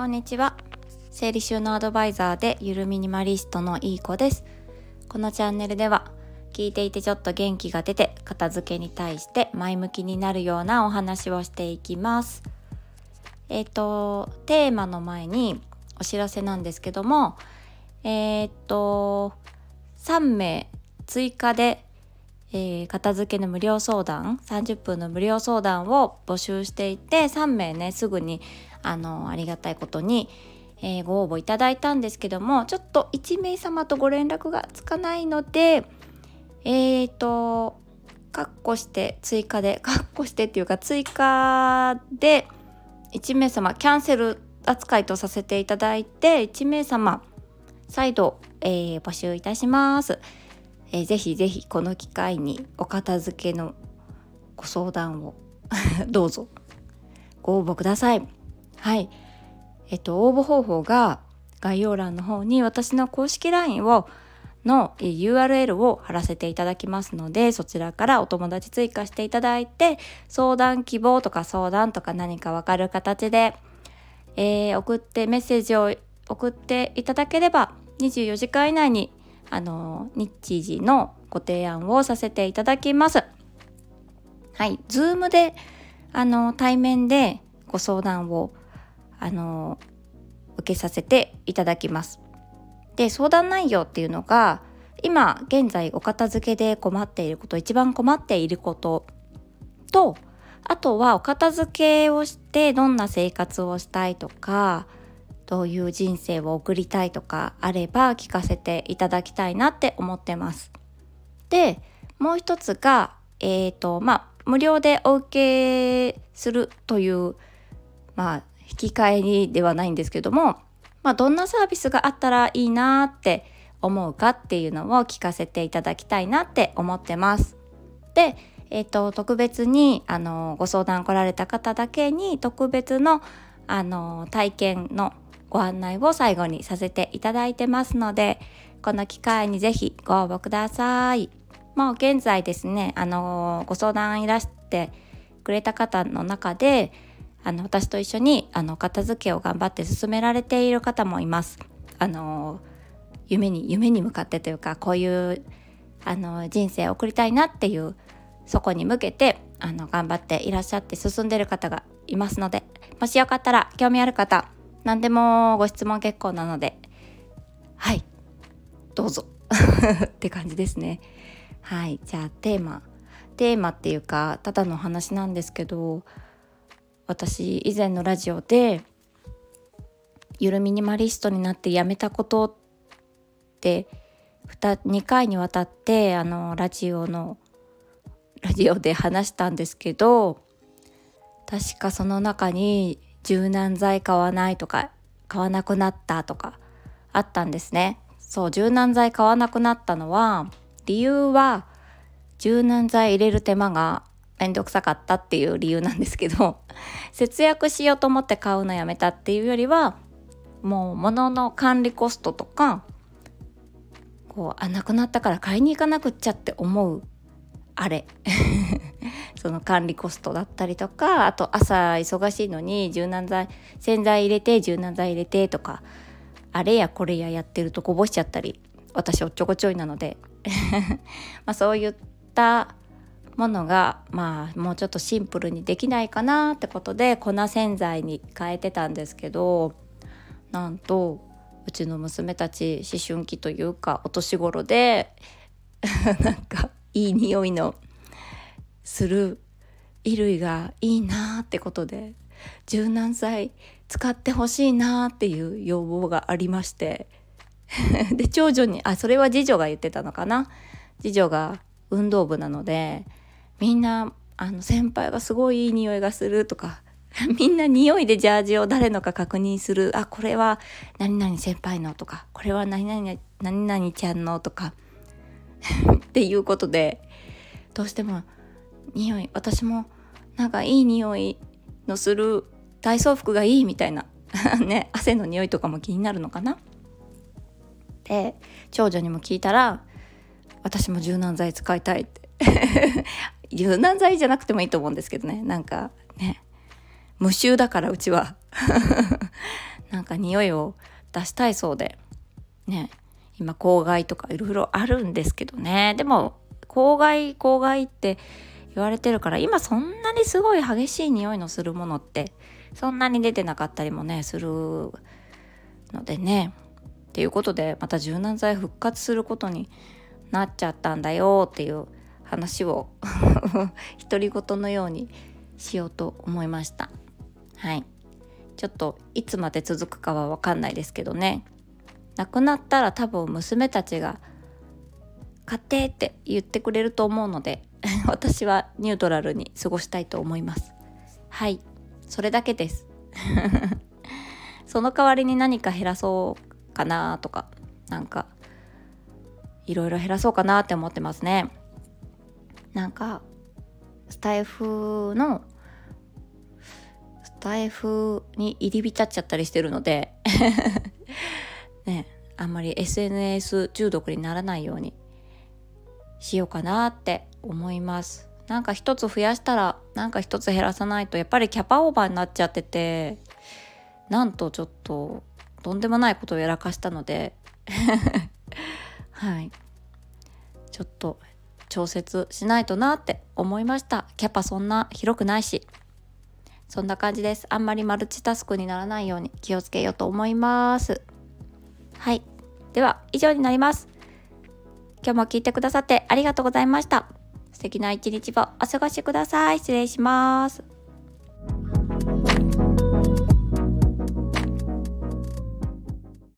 こんにちは。整理収納アドバイザーでゆるミニマリストのいい子です。このチャンネルでは聞いていてちょっと元気が出て片付けに対して前向きになるようなお話をしていきます。テーマの前にお知らせなんですけども、3名追加で片付けの無料相談30分の無料相談を募集していて、3名ねすぐにありがたいことに、ご応募いただいたんですけども、ちょっと1名様とご連絡がつかないので追加で1名様キャンセル扱いとさせていただいて、1名様再度、募集いたします。ぜひぜひこの機会にお片付けのご相談をどうぞご応募ください。はい。応募方法が概要欄の方に私の公式 LINE の URL を貼らせていただきますので、そちらからお友達追加していただいて、相談希望とか相談とか何か分かる形で、メッセージを送っていただければ24時間以内に日時のご提案をさせていただきます。はい、Zoom で対面でご相談を受けさせていただきます。で、相談内容っていうのが今現在お片付けで困っていること、一番困っていることと、あとはお片付けをしてどんな生活をしたいとか、どういう人生を送りたいとかあれば聞かせていただきたいなって思ってます。で、もう一つが無料でお受けするという引き換えにではないんですけども、どんなサービスがあったらいいなって思うかっていうのを聞かせていただきたいなって思ってます。で、特別にご相談来られた方だけに特別の体験のご案内を最後にさせていただいてますので、この機会にぜひご応募ください。もう現在ですね、ご相談いらしてくれた方の中で私と一緒に片付けを頑張って進められている方もいます。夢に向かってというか、こういう人生を送りたいなっていう、そこに向けて頑張っていらっしゃって進んでいる方がいますので、もしよかったら興味ある方、何でもご質問結構なので、はい、どうぞって感じですね。はい、じゃあテーマっていうかただの話なんですけど、私以前のラジオでゆるミニマリストになってやめたことって2回にわたってラジオで話したんですけど、確かその中に柔軟剤買わないとか買わなくなったとかあったんですね。そう、柔軟剤買わなくなったのは、理由は柔軟剤入れる手間がめんどくさかったっていう理由なんですけど、節約しようと思って買うのやめたっていうよりは、もう物の管理コストとかなくなったから買いに行かなくっちゃって思うその管理コストだったりとか、あと朝忙しいのに洗剤入れて柔軟剤入れてとか、あれやこれやってるとこぼしちゃったり、私おっちょこちょいなのでそういったものがもうちょっとシンプルにできないかなってことで粉洗剤に変えてたんですけど、なんとうちの娘たち思春期というかお年頃でなんかいい匂いのする衣類がいいなってことで柔軟剤使ってほしいなっていう要望がありましてで、長女にそれは次女が言ってたのかな。次女が運動部なので、みんな先輩がすごいいい匂いがするとかみんな匂いでジャージを誰のか確認する。これは何々先輩のとか、これは何々ちゃんのとかっていうことで、どうしても匂い、私もなんかいい匂いのする体操服がいいみたいなね、汗の匂いとかも気になるのかな。で、長女にも聞いたら、私も柔軟剤使いたいって柔軟剤じゃなくてもいいと思うんですけどね、なんかね、無臭だからうちはなんか匂いを出したいそうでね、今公害とかいろいろあるんですけどね。でも公害って言われてるから、今そんなにすごい激しい匂いのするものってそんなに出てなかったりもねするのでね、っていうことでまた柔軟剤復活することになっちゃったんだよっていう話を独り言のようにしようと思いました。はい、ちょっといつまで続くかは分かんないですけどね、なくなったら多分娘たちが買ってって言ってくれると思うので私はニュートラルに過ごしたいと思います。はい、それだけですその代わりに何か減らそうかなとか、なんかいろいろ減らそうかなって思ってますね。なんかスタイフに入り浸っちゃったりしてるのでね、あんまり SNS 中毒にならないようにしようかなって思います。なんか一つ増やしたらなんか一つ減らさないとやっぱりキャパオーバーになっちゃってて、なんとちょっととんでもないことをやらかしたのではい、ちょっと調節しないとなって思いました。キャパそんな広くないし、そんな感じです。あんまりマルチタスクにならないように気をつけようと思います。はい、では以上になります。今日も聞いてくださってありがとうございました。素敵な一日をお過ごしください。失礼します。